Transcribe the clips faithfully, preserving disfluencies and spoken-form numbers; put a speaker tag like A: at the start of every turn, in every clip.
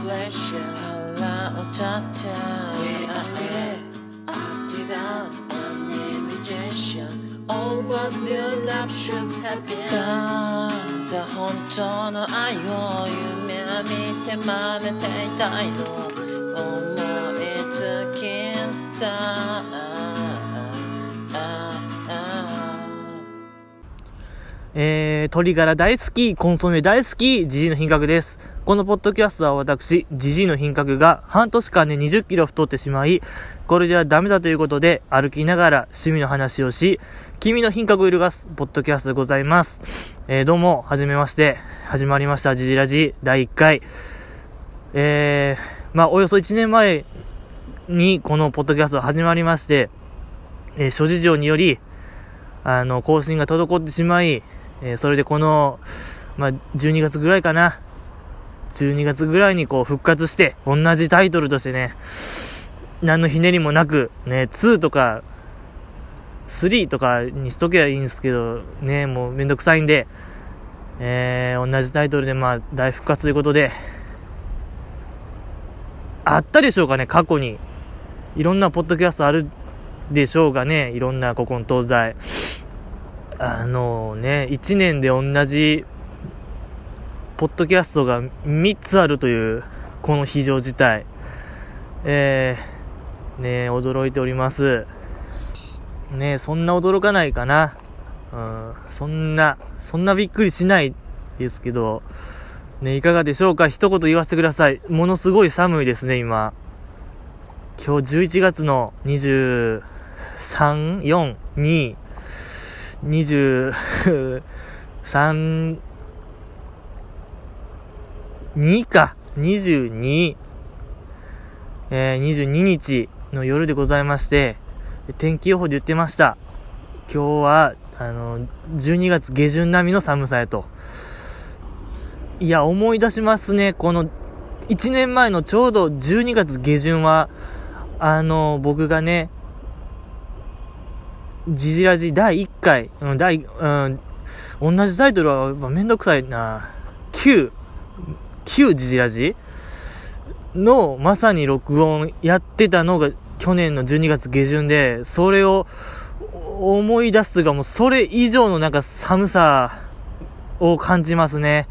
A: pressure 腹を立て Without any rejection Oh what your love should have been ただ本当の愛を夢見て真似ていたいの思いつきさ
B: えー、鶏ガラ大好き、コンソメ大好き、ジジイの品格です。このポッドキャストは私、ジジイの品格が半年間でにじゅっキロ太ってしまい、これではダメだということで歩きながら趣味の話をし、君の品格を揺るがすポッドキャストでございます。えー、どうも、はじめまして、始まりました、ジジイラジだいいっかい。えー、まあ、およそいちねんまえにこのポッドキャスト始まりまして、えー、諸事情により、あの、更新が滞ってしまい、えー、それでこの、まあ、じゅうにがつぐらいかな。じゅうにがつぐらいにこう復活して、同じタイトルとしてね、何のひねりもなく、ね、にとか、さんとかにしとけばいいんですけど、ね、もうめんどくさいんで、えー、同じタイトルでまあ、大復活ということで、あったでしょうかね、過去に。いろんなポッドキャストあるでしょうがね、いろんな古今東西。あのね、いちねんで同じポッドキャストがみっつあるというこの非常事態、えー、ね驚いておりますね。そんな驚かないかな、うん、そんなそんなびっくりしないですけどね、いかがでしょうか。一言言わせてください。ものすごい寒いですね。今今日じゅういちがつのにじゅうさん、よん、ににじゅうさん、にか、にじゅうに、えー、にじゅうににちの夜でございまして、天気予報で言ってました。今日は、あの、じゅうにがつ下旬並みの寒さやと。いや、思い出しますね。この、いちねんまえのちょうどじゅうにがつ下旬は、あの、僕がね、ジジラジだいいっかい、うん、第、うん、同じタイトルはめんどくさいな。きゅう、きゅうジジラジのまさに録音やってたのが去年のじゅうにがつ下旬で、それを思い出すがもうそれ以上のなんか寒さを感じますね。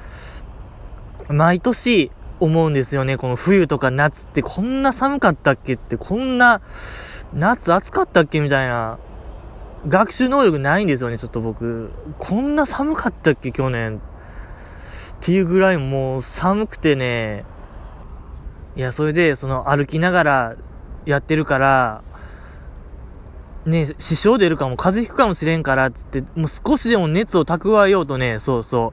B: 毎年思うんですよね。この冬とか夏ってこんな寒かったっけって、こんな夏暑かったっけみたいな。学習能力ないんですよね、ちょっと僕。こんな寒かったっけ、去年。っていうぐらいもう寒くてね。いや、それで、その歩きながらやってるから、ね、支障出るかも、風邪ひくかもしれんから、つって、もう少しでも熱を蓄えようとね、そうそう。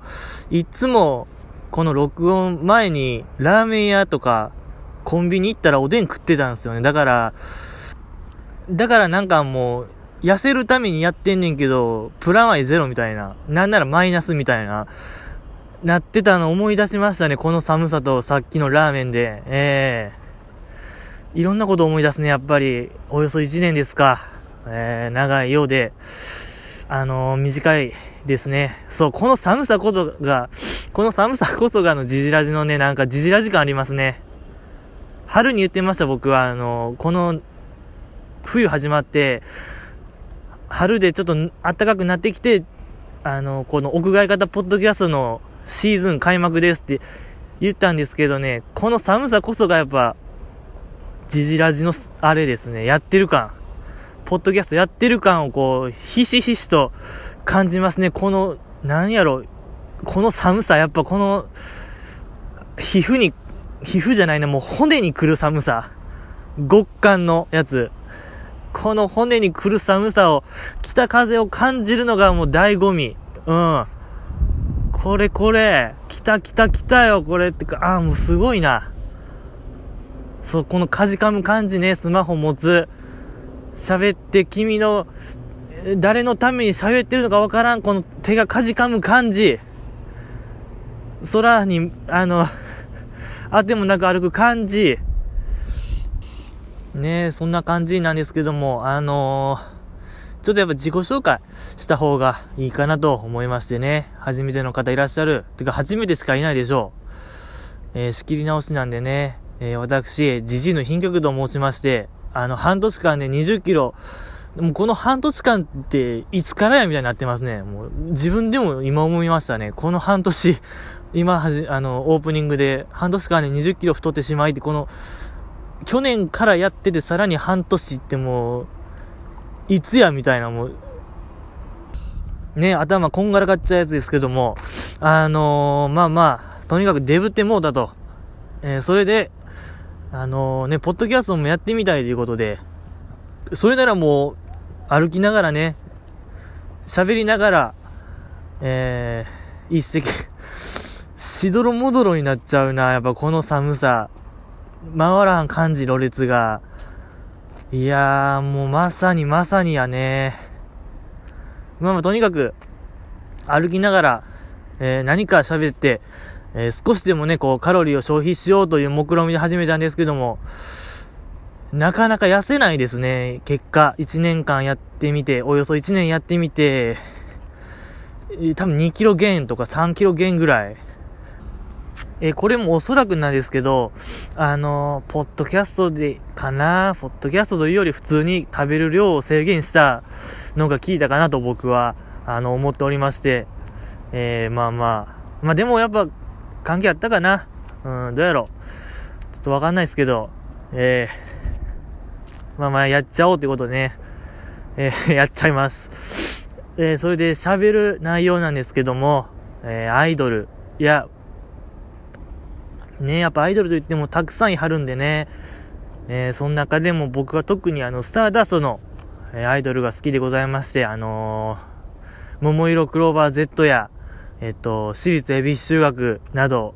B: いつも、この録音前に、ラーメン屋とか、コンビニ行ったらおでん食ってたんですよね。だから、だからなんかもう、痩せるためにやってんねんけど、プラマイゼロみたいな、なんならマイナスみたいな、なってたの思い出しましたね。この寒さとさっきのラーメンで。ええー、いろんなこと思い出すね、やっぱり。およそいちねんですか。えー、長いようで、あのー、短いですね。そう、この寒さこそが、この寒さこそがのジジラジのね、なんかジジラジ感ありますね。春に言ってました、僕は。あのー、この、冬始まって、春でちょっと暖かくなってきて、あの、この屋外型ポッドキャストのシーズン開幕ですって言ったんですけどね、この寒さこそがやっぱ、ジジラジのあれですね、やってる感、ポッドキャストやってる感をこう、ひしひしと感じますね。この、なんやろ、この寒さ、やっぱこの、皮膚に、皮膚じゃないな、もう骨に来る寒さ。極寒のやつ。この骨に来る寒さを、北風を感じるのがもう醍醐味。うん。これこれ、来た来た来たよ、これってか、あーもうすごいな。そう、このかじかむ感じね、スマホ持つ。喋って君の、誰のために喋ってるのかわからん、この手がかじかむ感じ。空に、あの、あてもなく歩く感じ。ねえ、そんな感じなんですけども、あのー、ちょっとやっぱ自己紹介した方がいいかなと思いましてね。初めての方いらっしゃる。てか初めてしかいないでしょう。 えー、仕切り直しなんでね、えー、私、ジジイの貧極と申しまして、あの、半年間でにじゅっキロ、もうこの半年間っていつからやみたいになってますね。もう自分でも今思いましたね。この半年、今はじ、あの、オープニングで半年間でにじゅっキロ太ってしまいって、この、去年からやっててさらに半年ってもう、いつやみたいなもう、ね、頭こんがらがっちゃうやつですけども、あのー、まあまあ、とにかくデブってもうだと。えー、それで、あのー、ね、ポッドキャストもやってみたいということで、それならもう、歩きながらね、喋りながら、えー、一石、しどろもどろになっちゃうな、やっぱこの寒さ。回らん感じ、ろれつが。いやー、もうまさにまさにやね。まあまあ、とにかく、歩きながら、えー、何か喋って、えー、少しでもね、こう、カロリーを消費しようという目論見で始めたんですけども、なかなか痩せないですね。結果、いちねんかんやってみて、およそいちねんやってみて、多分にキロ減とかさんキロ減ぐらい。えー、これもおそらくなんですけど、あのー、ポッドキャストでかな、ポッドキャストというより普通に食べる量を制限したのが効いたかなと僕は、あの、思っておりまして、えー、まあまあ、まあでもやっぱ関係あったかな。うん、どうやろう。ちょっとわかんないですけど、えー、まあまあやっちゃおうということでね、えー、やっちゃいます。えー、それで喋る内容なんですけども、えー、アイドルや、ね、やっぱアイドルといってもたくさんいはるんでね、えー、その中でも僕は特にあのスターダストの、えー、アイドルが好きでございまして、あのー、桃色クローバー Z や、えっと、私立恵比寿中学など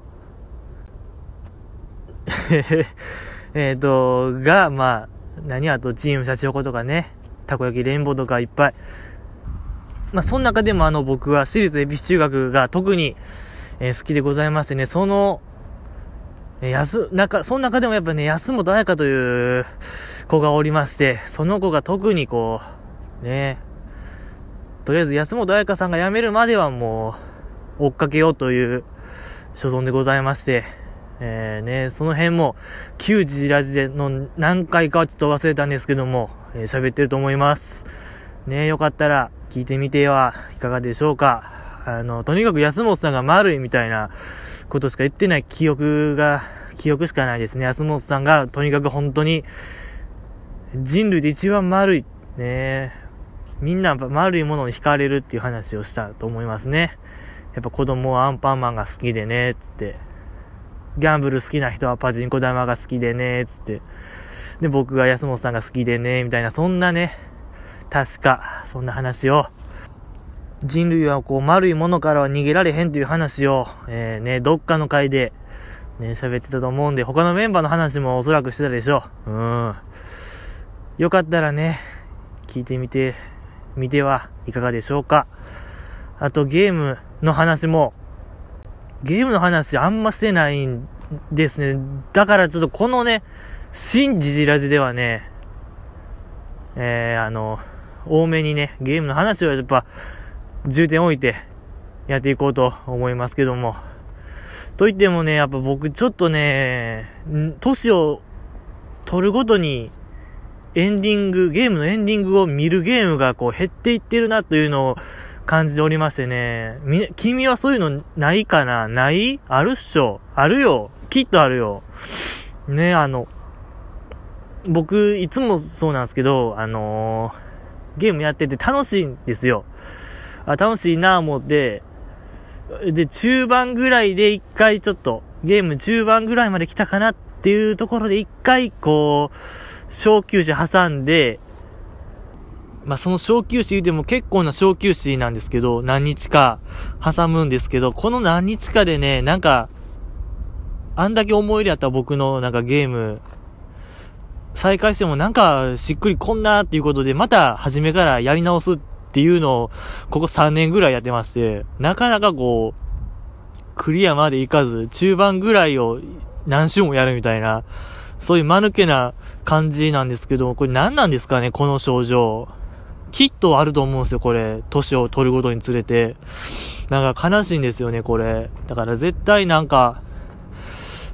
B: えっとが、まあ何あとチームシャチホコとかね、たこ焼きレインボーとかいっぱい、まあその中でもあの僕は私立恵比寿中学が特に、えー、好きでございましてね、そのやす、なんか、その中でもやっぱね、安本彩香という子がおりまして、その子が特にこう、ね、とりあえず安本彩香さんが辞めるまではもう、追っかけようという所存でございまして、えー、ね、その辺も、旧ジラジでの何回かはちょっと忘れたんですけども、えー、喋ってると思います。ね、よかったら聞いてみてはいかがでしょうか。あの、とにかく安本さんが丸いみたいなことしか言ってない記憶が、記憶しかないですね。安本さんがとにかく本当に人類で一番丸い。ね。みんな丸いものに惹かれるっていう話をしたと思いますね。やっぱ子供はアンパンマンが好きでね、つって。ギャンブル好きな人はパチンコ玉が好きでね、つって。で、僕が安本さんが好きでね、みたいな、そんなね、確か、そんな話を、人類はこう丸いものからは逃げられへんという話を、えー、ね、どっかの回で、ね、喋ってたと思うんで、他のメンバーの話もおそらくしてたでしょう。うん。よかったらね、聞いてみて、みてはいかがでしょうか。あとゲームの話も、ゲームの話あんましてないんですね。だからちょっとこのね、新ジジラジではね、えー、あの、多めにね、ゲームの話をやっぱ、重点を置いてやっていこうと思いますけども、といってもね、やっぱ僕ちょっとね、年を取るごとにエンディング、ゲームのエンディングを見るゲームがこう減っていってるなというのを感じておりましてね。み、君はそういうのないかな？ない？あるっしょ？あるよ。きっとあるよ。ね、あの、僕いつもそうなんですけど、あのー、ゲームやってて楽しいんですよ。あ、楽しいなぁ思って、で、中盤ぐらいで一回ちょっと、ゲーム中盤ぐらいまで来たかなっていうところで一回、こう、小休止挟んで、まあ、その小休止言うても結構な小休止なんですけど、何日か挟むんですけど、この何日かでね、なんか、あんだけ思い入れあった僕のなんかゲーム、再開してもなんかしっくりこんなっていうことで、また初めからやり直すっていうのをここさんねんぐらいやってまして、なかなかこうクリアまでいかず中盤ぐらいを何周もやるみたいな、そういう間抜けな感じなんですけど、これ何なんですかね、この症状。きっとあると思うんですよ、これ。年を取るごとにつれてなんか悲しいんですよね、これ。だから絶対なんか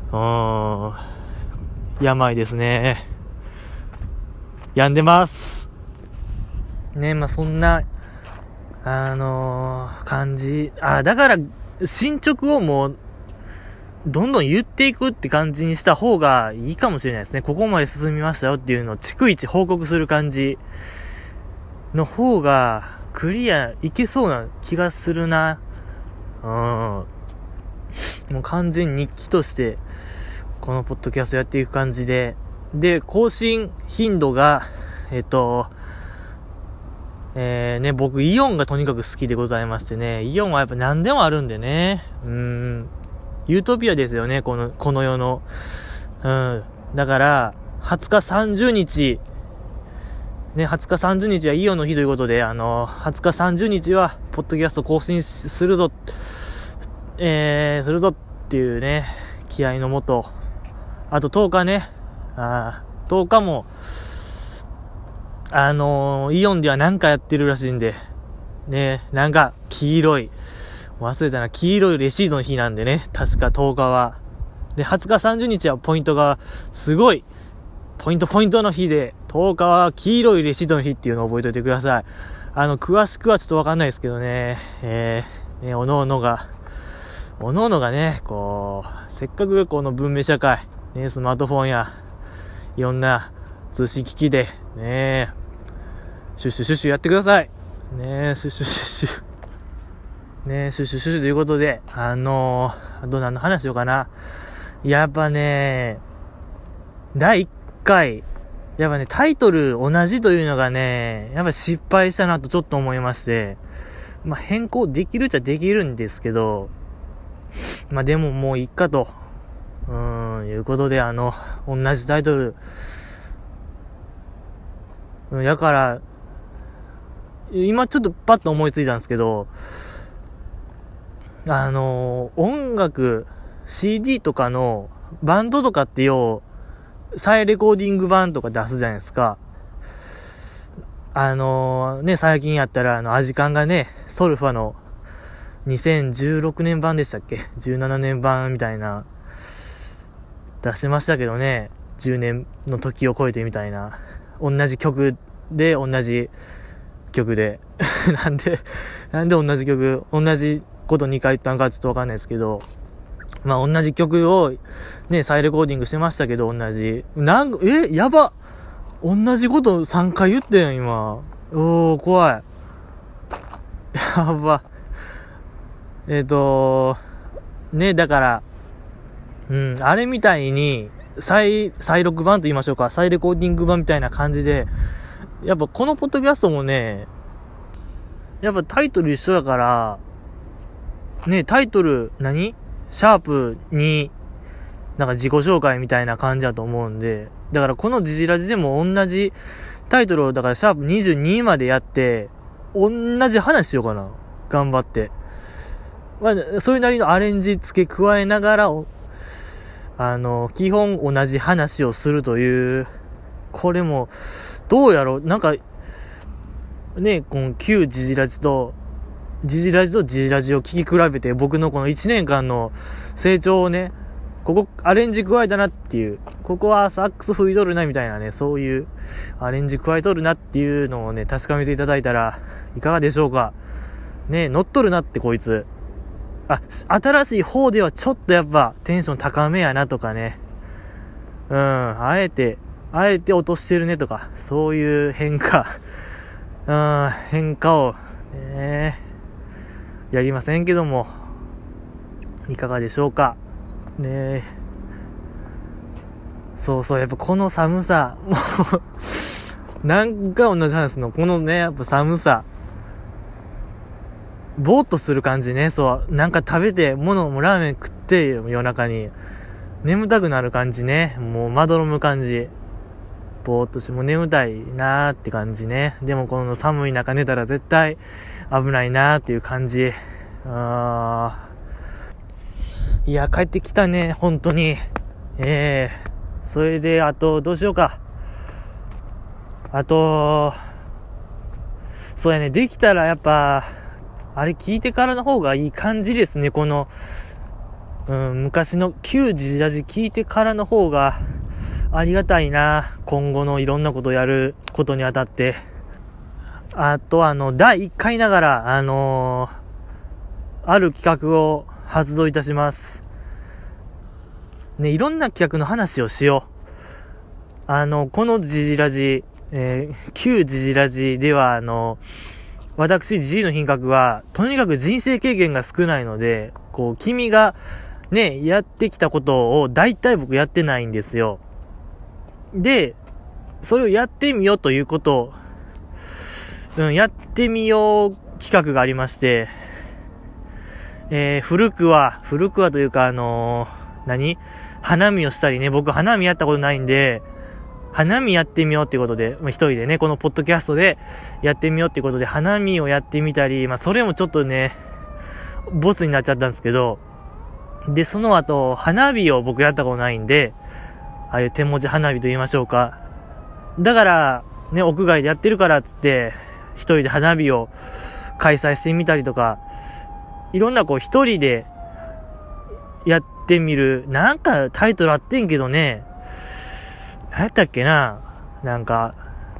B: うーん、病ですね。病んでます。ね、まあそんな、あのー、感じ。あ、だから、進捗をもう、どんどん言っていくって感じにした方がいいかもしれないですね。ここまで進みましたよっていうのを逐一報告する感じの方がクリアいけそうな気がするな。うん。もう完全に日記としてこのポッドキャストやっていく感じで、で、更新頻度がえっとえーね、僕イオンがとにかく好きでございましてね、イオンはやっぱ何でもあるんでね、うーん、ユートピアですよね、この、この世の。うん。だから、はつかさんじゅうにち、ね、はつかさんじゅうにちはイオンの日ということで、あの、はつかさんじゅうにちは、ポッドキャスト更新するぞ、えー、するぞっていうね、気合のもと、あととおかね、あとおかも、あのー、イオンではなんかやってるらしいんで、ね、なんか、黄色い、忘れたな、黄色いレシートの日なんでね、確かとおかは。で、はつかさんじゅうにちはポイントが、すごい、ポイントポイントの日で、とおかは黄色いレシートの日っていうのを覚えておいてください。あの、詳しくはちょっとわかんないですけどね、えー、ね、おのおのが、おのおのがね、こう、せっかくこの文明社会、ね、スマートフォンや、いろんな通信機器で、ね、シュッシュシュッシュやってください。ね、シュッシュシュッシュ。ね、シュッシュシュッシュということで、あのー、どう何の話しようかな。やっぱね、だいいっかい、やっぱね、タイトル同じというのがね、やっぱ失敗したなとちょっと思いまして、まあ、変更できるっちゃできるんですけど、まあ、でももういっかと、うーん、いうことで、あの、同じタイトル、やから、今ちょっとパッと思いついたんですけど、あのー、音楽 シーディー とかのバンドとかってよう再レコーディング版とか出すじゃないですか。あのー、ね、最近やったらあのアジカンがね、ソルファのにせんじゅうろくねん版でしたっけ、じゅうななねん版みたいな出してましたけどね、じゅうねんの時を超えてみたいな、同じ曲で同じ曲でなんでなんで同じ曲同じことにかい言ったんかちょっとわかんないですけど、まあ同じ曲をね再レコーディングしてましたけど、同じなんえやば同じことさんかい言ってん今。おー怖いやば。えっ、ー、とね、だからうんあれみたいに再再録版と言いましょうか、再レコーディング版みたいな感じで、やっぱこのポッドキャストもね、やっぱタイトル一緒だからね、タイトル何シャープになんか自己紹介みたいな感じだと思うんで、だからこのジジラジでも同じタイトルをだからシャープにじゅうにまでやって同じ話しようかな、頑張って、まあ、それなりのアレンジ付け加えながらあの基本同じ話をするという、これもどうやろう、なんかね、この旧ジジラジとジジラジとジジラジを聞き比べて、僕のこのいちねんかんの成長をね、ここアレンジ加えたなっていう、ここはサックス吹いとるなみたいなね、そういうアレンジ加えとるなっていうのをね、確かめていただいたらいかがでしょうかね。乗っとるなってこいつ、あ、新しい方ではちょっとやっぱテンション高めやなとかね、うん、あえてあえて落としてるねとか、そういう変化うん変化をねやりませんけども、いかがでしょうかね。そうそう、やっぱこの寒さ、もうなんか同じ話のこのね、やっぱ寒さ、ぼーっとする感じね。そう、なんか食べて物もラーメン食って夜中に眠たくなる感じね。もうまどろむ感じ、ぼーっとしてもう眠たいなーって感じね。でもこの寒い中寝たら絶対危ないなーっていう感じ。あー、いや帰ってきたね本当に。えー、それであとどうしようか、あとそうやね、できたらやっぱあれ聞いてからの方がいい感じですね。このうん、昔の旧ジジラジ聞いてからの方がありがたいな。今後のいろんなことをやることにあたって。あと、あの、だいいっかいながら、あのー、ある企画を発動いたします。ね、いろんな企画の話をしよう。あの、このジジラジ、えー、旧ジジラジでは、あの、私、ジジイの品格は、とにかく人生経験が少ないので、こう、君が、ね、やってきたことを、大体僕やってないんですよ。で、それをやってみようということを、うん、やってみよう企画がありまして、えー、古くは、古くはというか、あのー、何?花見をしたりね、僕花見やったことないんで、花見やってみようっていうことで、まあ、一人でね、このポッドキャストでやってみようっていうことで、花見をやってみたり、まあ、それもちょっとね、ボツになっちゃったんですけど、で、その後、花火を僕やったことないんで、ああいう手持ち花火と言いましょうか。だから、ね、屋外でやってるからっつって、一人で花火を開催してみたりとか、いろんなこう一人でやってみる、なんかタイトルあってんけどね、何やったっけな、なんか、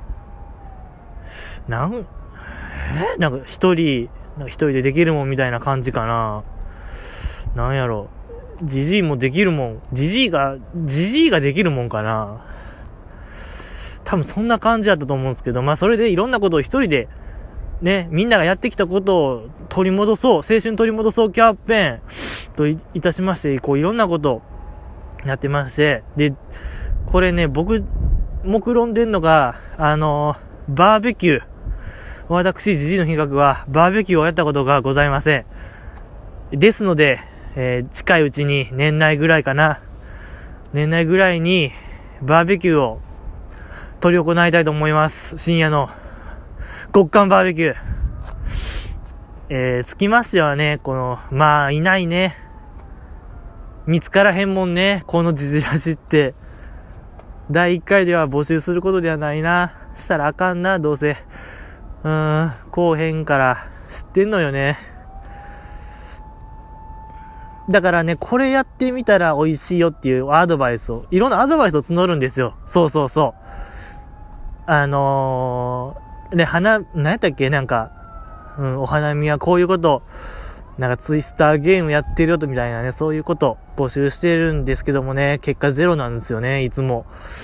B: なん、えなんか一人、なんか一人でできるもんみたいな感じかな。なんやろ、ジジイもできるもん、ジジイが、ジジイができるもんかな。多分そんな感じだったと思うんですけど、まあそれでいろんなことを一人で、ね、みんながやってきたことを取り戻そう、青春取り戻そうキャンペーンと い, いたしまして、こういろんなことやってまして、で、これね、僕、目論んでんのが、あのー、バーベキュー。私、ジジイの品格は、バーベキューをやったことがございません。ですので、えー、近いうちに、年内ぐらいかな。年内ぐらいに、バーベキューを取り行いたいと思います。深夜の極寒バーベキュー。えー、つきましてはね、この、まあ、いないね。見つからへんもんね。このジジラジって。だいいっかいでは募集することではないな。したらあかんな、どうせ。うーん、後編から知ってんのよね。だからね、これやってみたら美味しいよっていうアドバイスを、いろんなアドバイスを募るんですよ。そうそうそう。あのー、ね、花、何やったっけなんか、うん、お花見はこういうこと、なんかツイスターゲームやってるよとみたいなね、そういうこと募集してるんですけどもね、結果ゼロなんですよね、いつも。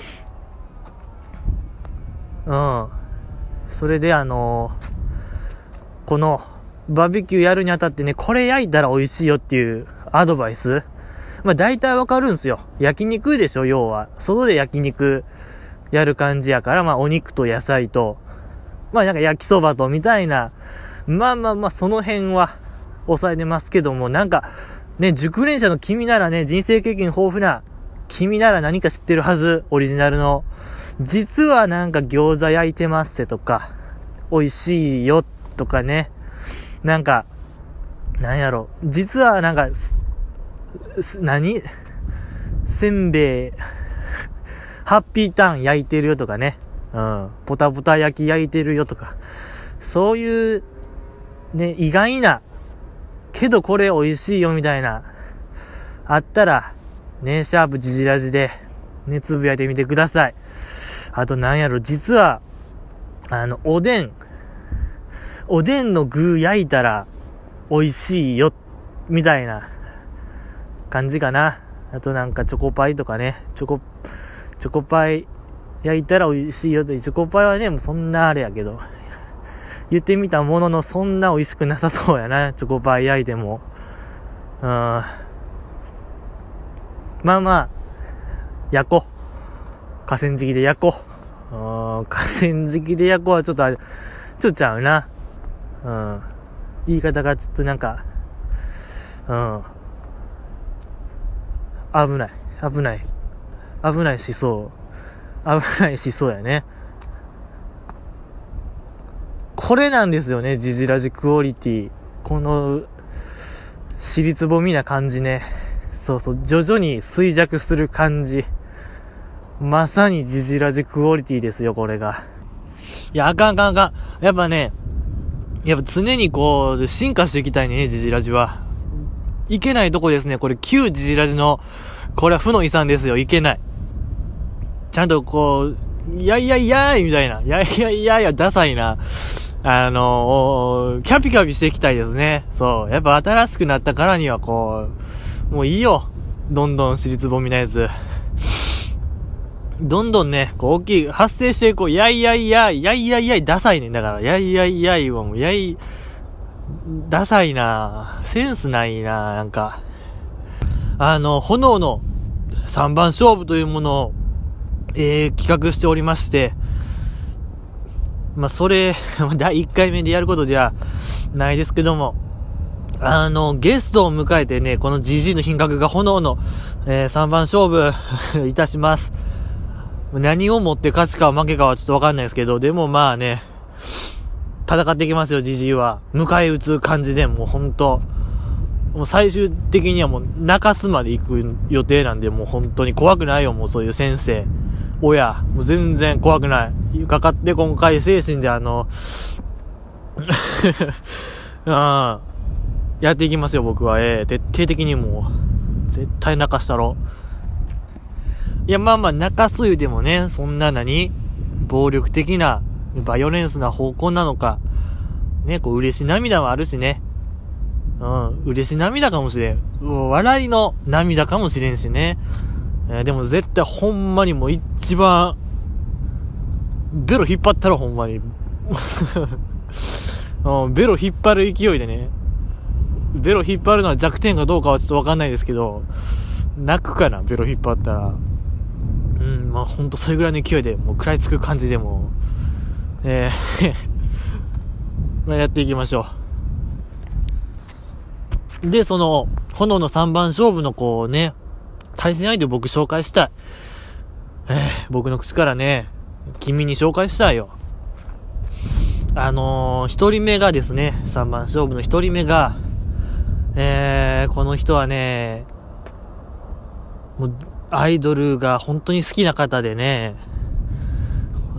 B: うん。それであのー、このバーベキューやるにあたってね、これ焼いたら美味しいよっていうアドバイス。まあ大体わかるんですよ。焼肉でしょ、要は。外で焼肉やる感じやから、まあお肉と野菜と、まあなんか焼きそばとみたいな、まあまあまあその辺は抑えてますけども、なんかね、熟練者の君ならね、人生経験豊富な君なら何か知ってるはず、オリジナルの。実はなんか餃子焼いてますってとか、美味しいよとかね、なんか、なんやろ、実はなんか、何せんべい、ハッピーターン焼いてるよとかね、うん、ポタポタ焼き焼いてるよとか、そういう、ね、意外な、けどこれ美味しいよみたいな、あったら、ね、シャープジジラジで、ね、つぶやいてみてください。あとなんやろ、実は、あの、おでん、おでんの具焼いたら、美味しいよ、みたいな、感じかな。あとなんかチョコパイとかね、チョコ、チョコパイ焼いたら美味しいよって、チョコパイはね、もうそんなあれやけど、言ってみたものの、そんな美味しくなさそうやな、チョコパイ焼いても。うん。まあまあ、焼こう。河川敷で焼こう。うん、河川敷で焼こうはちょっとあれ、ちょっとちゃうな。うん。言い方がちょっとなんか、うん。危ない。危ない。危ないしそう。危ないしそうやね。これなんですよね、ジジラジクオリティ。この、尻つぼみな感じね。そうそう、徐々に衰弱する感じ。まさにジジラジクオリティですよ、これが。いや、あかんあかんあかん。やっぱね、やっぱ常にこう、進化していきたいね、ジジラジは。 いけないとこですね。これ旧ジジラジの、これは負の遺産ですよ。いけない。ちゃんとこう、いやいやいやーいみたいな。いやいやいやいや、ダサいな。あのー、キャピキャピしていきたいですね。そう。やっぱ新しくなったからにはこう、もういいよ。どんどん尻つぼみなやつ。どんどんね、こう大きい、発生してこう、いやいやいや、いやいやいや、ダサいね。だから、いやいやいやいはもう、やい、ダサいなセンスないななんか。あの、炎のさんばん勝負というものを、えー、企画しておりまして、まあ、それ、だいいっかいめでやることじゃないですけども、あの、ゲストを迎えてね、この ジージー の品格が炎の、えー、さんばん勝負いたします。何をもって勝ちか負けかはちょっとわかんないですけど、でもまあね、戦っていきますよ、ジジイは。迎え撃つ感じで、もうほんと、もう最終的にはもう中洲まで行く予定なんで、もう本当に怖くないよ、もうそういう先生。親、もう全然怖くない。かかって今回精神であの、うん、やっていきますよ、僕は。ええー、徹底的にもう、絶対泣かしたろ。いや、まあまあ、泣かす言うてもね、そんな何暴力的な、バイオレンスな方向なのか、ね、こう、嬉し涙もあるしね。うん、嬉し涙かもしれん。笑いの涙かもしれんしね。えー、でも絶対ほんまにもう一番、ベロ引っ張ったらほんまに。うん、ベロ引っ張る勢いでね。ベロ引っ張るのは弱点かどうかはちょっとわかんないですけど、泣くかな、ベロ引っ張ったら。うん、まあほんとそれぐらいの勢いで、もう食らいつく感じでもう、えー、まあやっていきましょう。で、その、炎のさんばん勝負のこうね、対戦相手を僕紹介したい。えー、僕の口からね、君に紹介したいよ。あのー、一人目がですね、さんばん勝負の一人目が、えー、この人はね、もう、アイドルが本当に好きな方でね、うん、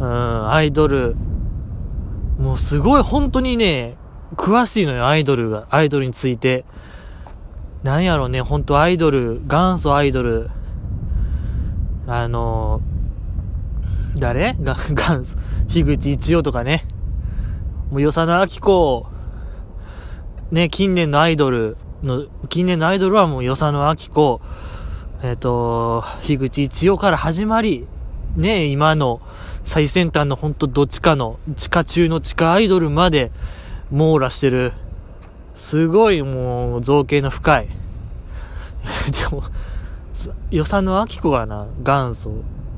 B: アイドル、もうすごい本当にね、詳しいのよ、アイドルが、アイドルについて。なんやろね、本当アイドル、元祖アイドル、あのー、誰が、元祖、樋口一葉とかね、もう与謝野晶子、ね、近年のアイドルの、近年のアイドルはもう与謝野晶子、えっと、樋口一葉から始まり、ね、今の最先端の本当どっちかの、地下中の地下アイドルまで網羅してる、すごいもう造形の深い。でも、与謝野晶子がな、元祖。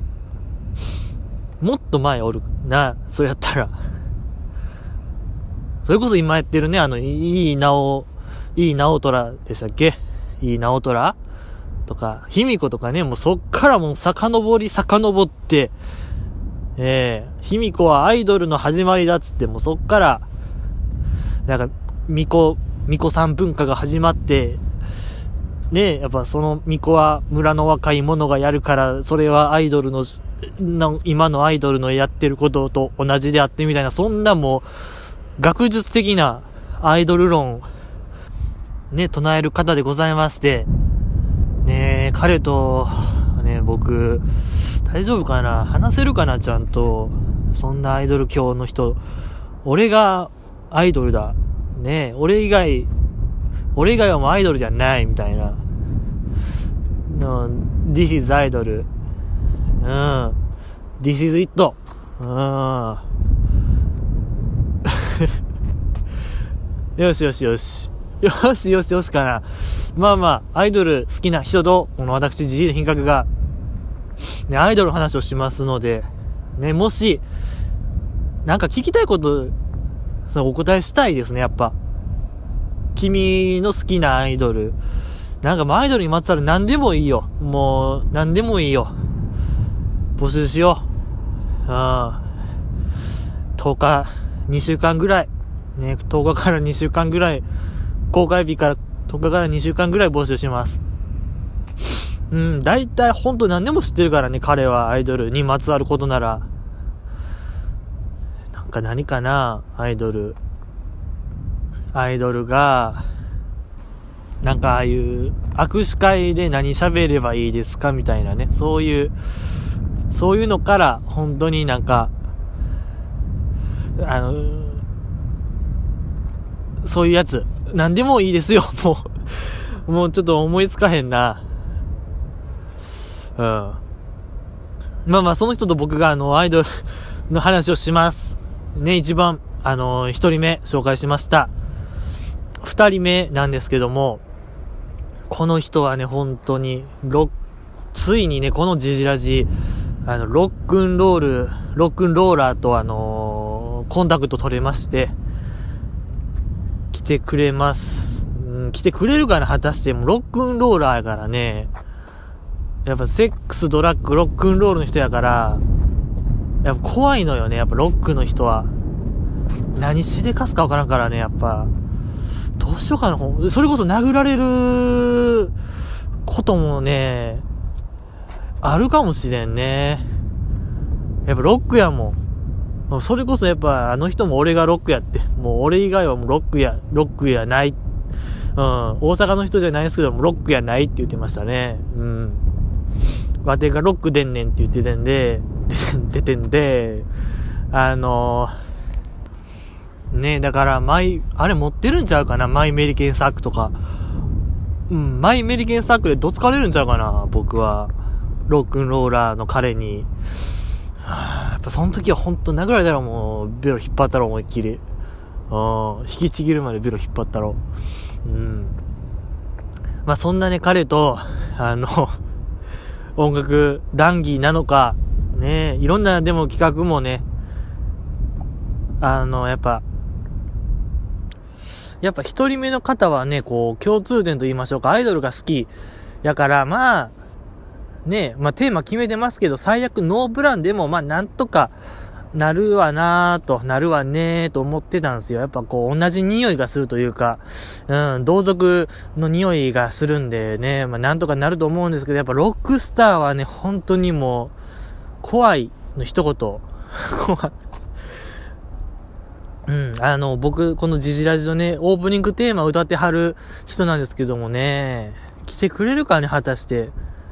B: もっと前おるな、そうやったら。それこそ今やってるね、あの、いい直、いい直虎でしたっけ？いい直虎とか、卑弥呼とかね、もうそっからもう遡り遡って、えー、卑弥呼はアイドルの始まりだっつって、もうそっから、なんか、巫女、巫女さん文化が始まって、ね、やっぱその巫女は村の若い者がやるから、それはアイドルの、の今のアイドルのやってることと同じであってみたいな、そんなもう、学術的なアイドル論、ね、唱える方でございまして、ね、彼と、ね、僕、大丈夫かな？話せるかな？ちゃんと。そんなアイドル教の人。俺がアイドルだ。ね、俺以外、俺以外はもうアイドルじゃないみたいな。No, This is idol. うん。This is it. うん。よしよしよし。よしよしよしかな。まあまあ、アイドル好きな人と、この私、ジジイの品格が、ね、アイドルの話をしますので、ね、もし、なんか聞きたいこと、そのお答えしたいですね、やっぱ。君の好きなアイドル。なんかもうアイドルにまつわる何でもいいよ。もう、何でもいいよ。募集しよう。うん。とおか、にしゅうかんぐらい。ね、とおかからにしゅうかんぐらい。公開日からとおかからにしゅうかんぐらい募集します。うん、大体ほんと何でも知ってるからね、彼はアイドルにまつわることなら。なんか何かな、アイドル。アイドルが、 なんかああいう握手会で何喋ればいいですかみたいなね、そういうそういうのから本当になんかあのそういうやつ何でもいいですよ。もうもうちょっと思いつかへんな。うん。まあまあその人と僕があのアイドルの話をしますね。一番あの一人目紹介しました。二人目なんですけども、この人はね本当にロついにねこのジジラジあのロックンロールロックンローラーとあのー、コンタクト取れまして来てくれます、うん、来てくれるかな。果たしてもうロックンローラーやからね、やっぱセックスドラッグロックンロールの人やからやっぱ怖いのよね。やっぱロックの人は何しでかすかわからんからね。やっぱどうしようかな。それこそ殴られることもねあるかもしれんね。やっぱロックやもん。それこそやっぱあの人も俺がロックやって、もう俺以外はもうロックやロックやない、うん、大阪の人じゃないですけどもロックやないって言ってましたね。うん、わてがロックでんねんって言っててんで出てんであのー、ねえだからマイあれ持ってるんちゃうかな、マイメリケンサックとか。うん、マイメリケンサックでどつかれるんちゃうかな。僕はロックンローラーの彼に、はあ、やっぱその時は本当殴られたらもうベロ引っ張ったろ思いっきり、うん、引きちぎるまでベロ引っ張ったろ。うん、まあそんなね彼とあの音楽談義なのかね、いろんなでも企画もねあのやっぱやっぱ一人目の方はねこう共通点と言いましょうか、アイドルが好きやからまあね、まあテーマ決めてますけど最悪ノープランでもまあなんとかなるわなーとなるわねーと思ってたんですよ。やっぱこう同じ匂いがするというか、うん、同族の匂いがするんでね、まあなんとかなると思うんですけど、やっぱロックスターはね本当にもう怖いの一言怖い。うん、あの僕このジジラジのねオープニングテーマを歌ってはる人なんですけどもね、来てくれるかね果たして。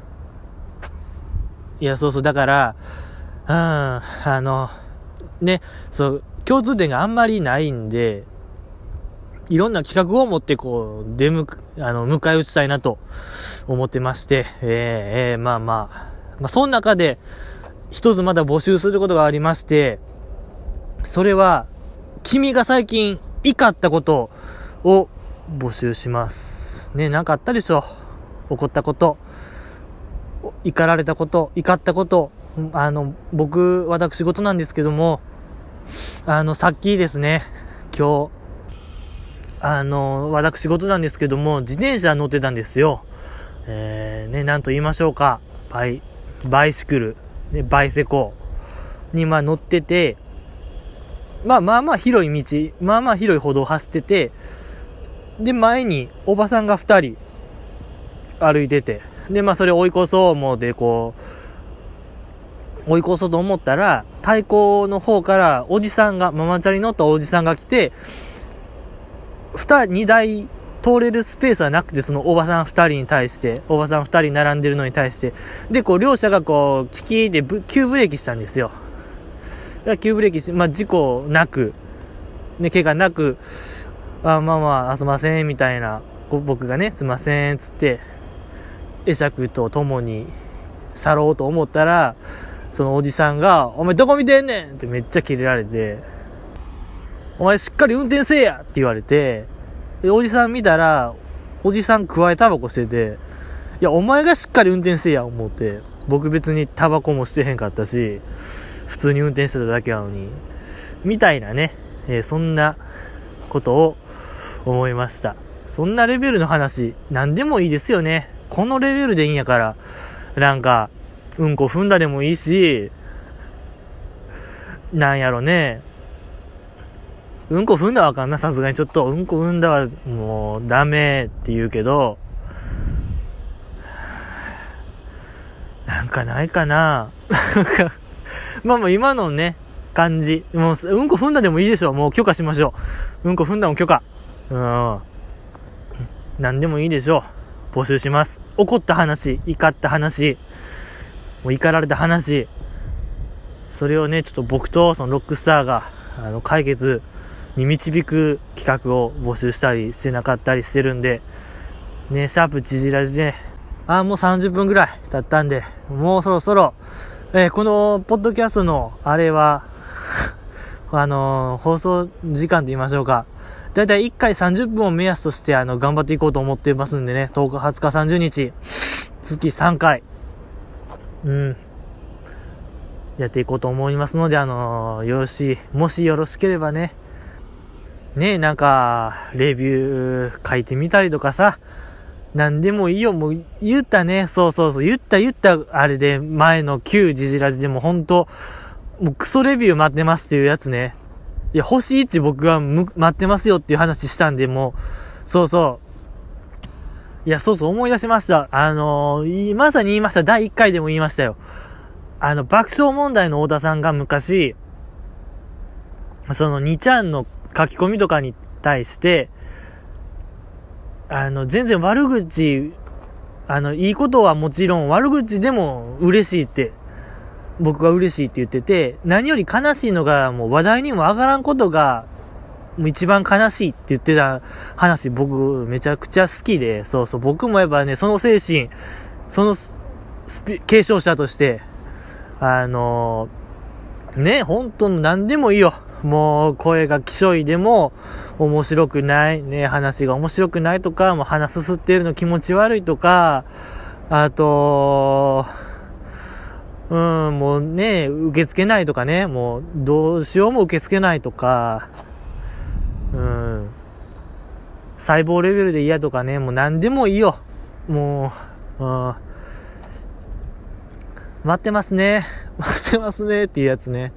B: いやそうそうだからうんあのねそう共通点があんまりないんで、いろんな企画を持ってこう出向くあの迎え撃ちたいなと思ってまして、えー、えー、まあまあまあその中で一つまだ募集することがありまして、それは君が最近怒ったことを募集しますね。なんかあったでしょ、怒ったこと、怒られたこと、怒ったこと。あの僕私事なんですけども、あのさっきですね今日あの私事なんですけども自転車乗ってたんですよ。えー、ねなんと言いましょうか、バイバイシクル、ね、バイセコにまあ乗ってて、まあまあまあ広い道、まあまあ広い歩道を走ってて、で前におばさんがふたり歩いてて、でまあそれを追い越そう思うてこう追い越そうと思ったら対向の方からおじさんがママチャリ乗ったおじさんが来て、にだい通れるスペースはなくて、そのおばさんふたりに対しておばさんふたり並んでるのに対してでこう両者がこうキキで急ブレーキしたんですよ。急ブレーキして、まあ、事故なく、ね、怪我なく、あまあまあすいませんみたいな、僕がねすいませんつって会釈とともに去ろうと思ったら、そのおじさんがお前どこ見てんねんってめっちゃキレられて、お前しっかり運転せえやって言われて、でおじさん見たらおじさんくわえタバコしてて、いやお前がしっかり運転せえや思って、僕別にタバコもしてへんかったし普通に運転してただけなのにみたいなね、えー、そんなことを思いました。そんなレベルの話何でもいいですよね。このレベルでいいんやから、なんかうんこ踏んだでもいいし、なんやろね、うんこ踏んだらあかんな、さすがにちょっとうんこ踏んだはもうダメって言うけど、なんかないかなまあまあ今のね感じ、もううんこ踏んだでもいいでしょう。もう許可しましょう。うんこ踏んだも許可。うん何でもいいでしょう。募集します。怒った話、怒った話、もう怒られた話、それをね、ちょっと僕とそのロックスターがあの解決に導く企画を募集したりしてなかったりしてるんで、ね、シャープチジラジで、あ、もうさんじゅっぷんぐらい経ったんで、もうそろそろ、えー、このポッドキャストのあれは、あのー、放送時間と言いましょうか。だいたいいっかいさんじゅっぷんを目安としてあの頑張っていこうと思ってますんでね、とおか、はつか、さんじゅうにち、月さんかい、うん、やっていこうと思いますので、あのー、よろしい、もしよろしければね、ね、なんか、レビュー書いてみたりとかさ、なんでもいいよ、もう言ったね、そうそうそう、言った言った、あれで、前の旧ジジラジでもほんと、もうクソレビュー待ってますっていうやつね。いや、星いち僕はむ待ってますよっていう話したんで、もう、そうそう。いや、そうそう、思い出しました。あのー、まさに言いました。だいいっかいでも言いましたよ。あの、爆笑問題の太田さんが昔、そのにちゃんの書き込みとかに対して、あの、全然悪口、あの、いいことはもちろん悪口でも嬉しいって、僕が嬉しいって言ってて、何より悲しいのが、もう話題にも上がらんことが、もう一番悲しいって言ってた話、僕めちゃくちゃ好きで、そうそう、僕もやっぱね、その精神、そのスピ継承者として、あのー、ね、本当何でもいいよ。もう声がきしょいでも面白くないね、話が面白くないとか、もう鼻すすっているの気持ち悪いとか、あとうんもうね受け付けないとかね、もうどうしようも受け付けないとか、うん細胞レベルで嫌とかね、もう何でもいいよ。もう、うん、待ってますね待ってますねっていうやつね。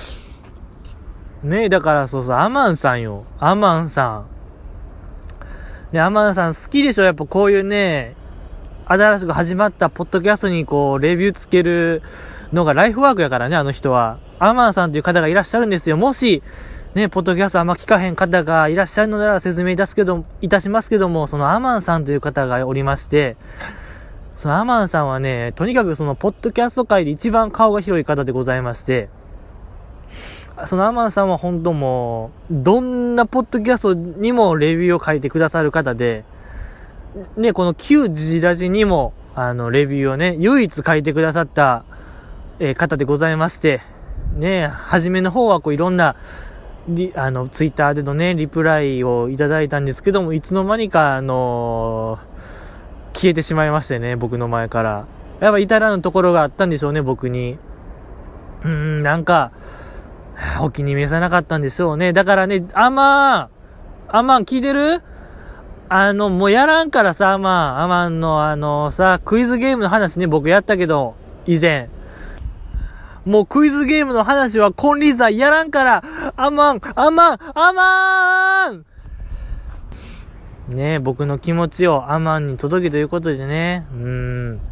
B: ねえ、だからそうそう、アマンさんよ。アマンさん。ね、アマンさん好きでしょ？やっぱこういうね、新しく始まったポッドキャストにこう、レビューつけるのがライフワークやからね、あの人は。アマンさんという方がいらっしゃるんですよ。もし、ね、ポッドキャストあんま聞かへん方がいらっしゃるのなら説明いたすけど、いたしますけども、そのアマンさんという方がおりまして、そのアマンさんはね、とにかくそのポッドキャスト界で一番顔が広い方でございまして、そのアマンさんは本当もう、どんなポッドキャストにもレビューを書いてくださる方で、ね、この旧ジジラジにも、あの、レビューをね、唯一書いてくださった、えー、方でございまして、ね、初めの方はこういろんな、リあの、ツイッターでのね、リプライをいただいたんですけども、いつの間にか、あのー、消えてしまいましてね、僕の前から。やっぱ至らぬところがあったんでしょうね、僕に。うーん、なんか、お気に召さなかったんでしょうね。だからね、アマン、アマン聞いてる？あの、もうやらんからさ、アマン、アマンのあのさ、クイズゲームの話ね、僕やったけど、以前。もうクイズゲームの話は金輪際やらんから、アマン、アマン、アマンねえ、僕の気持ちをアマンに届けということでね、うーん。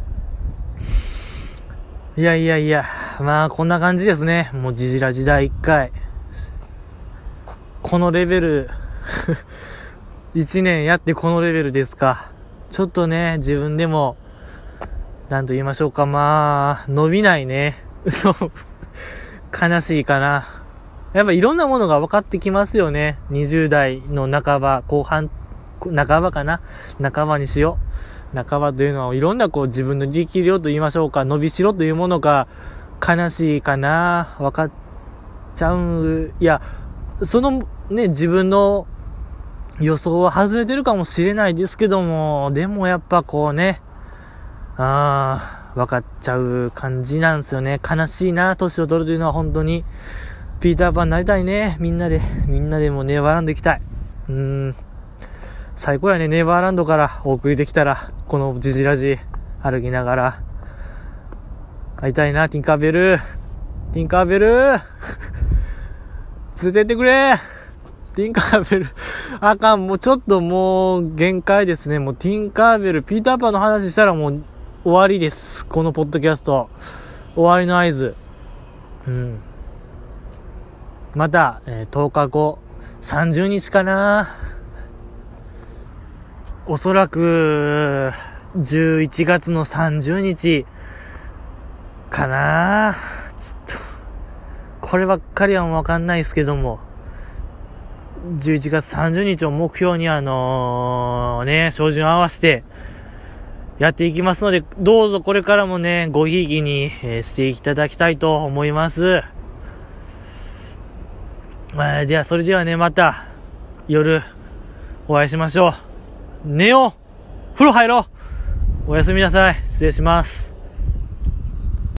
B: いやいやいや、まあこんな感じですね。もうジジラ時代いっかい。このレベル、いちねんやってこのレベルですか。ちょっとね、自分でも、なんと言いましょうか、まあ、伸びないね。悲しいかな。やっぱいろんなものが分かってきますよね。にじゅう代の半ば、後半、半ばかな。半ばにしよう。半ばというのはいろんなこう自分の力量と言いましょうか、伸びしろというものが悲しいかな、分かっちゃう。いや、そのね、自分の予想は外れてるかもしれないですけども、でもやっぱこうね、あー、分かっちゃう感じなんですよね。悲しいな、年を取るというのは本当に。ピーターパンになりたいね、みんなで。みんなでもネバーランド行きたい。うーん。最高やね、ネバーランドからお送りできたら、このジジラジ歩きながら会いたいな。ティンカーベルティンカーベル連れてってくれ。ティンカーベルあかん、もうちょっともう限界ですね。もうティンカーベルピーターパンの話したらもう終わりです。このポッドキャスト終わりの合図。うんまた、えー、とおかごさんじゅうにちかな、 おそらく、じゅういちがつのさんじゅうにち、かな。ちょっと、こればっかりはわかんないですけども、じゅういちがつさんじゅうにちを目標にあのー、ね、照準を合わせて、やっていきますので、どうぞこれからもね、ごひいきに、えー、していただきたいと思います。まあ、では、それではね、また、夜、お会いしましょう。寝よう、風呂入ろう、おやすみなさい。失礼します。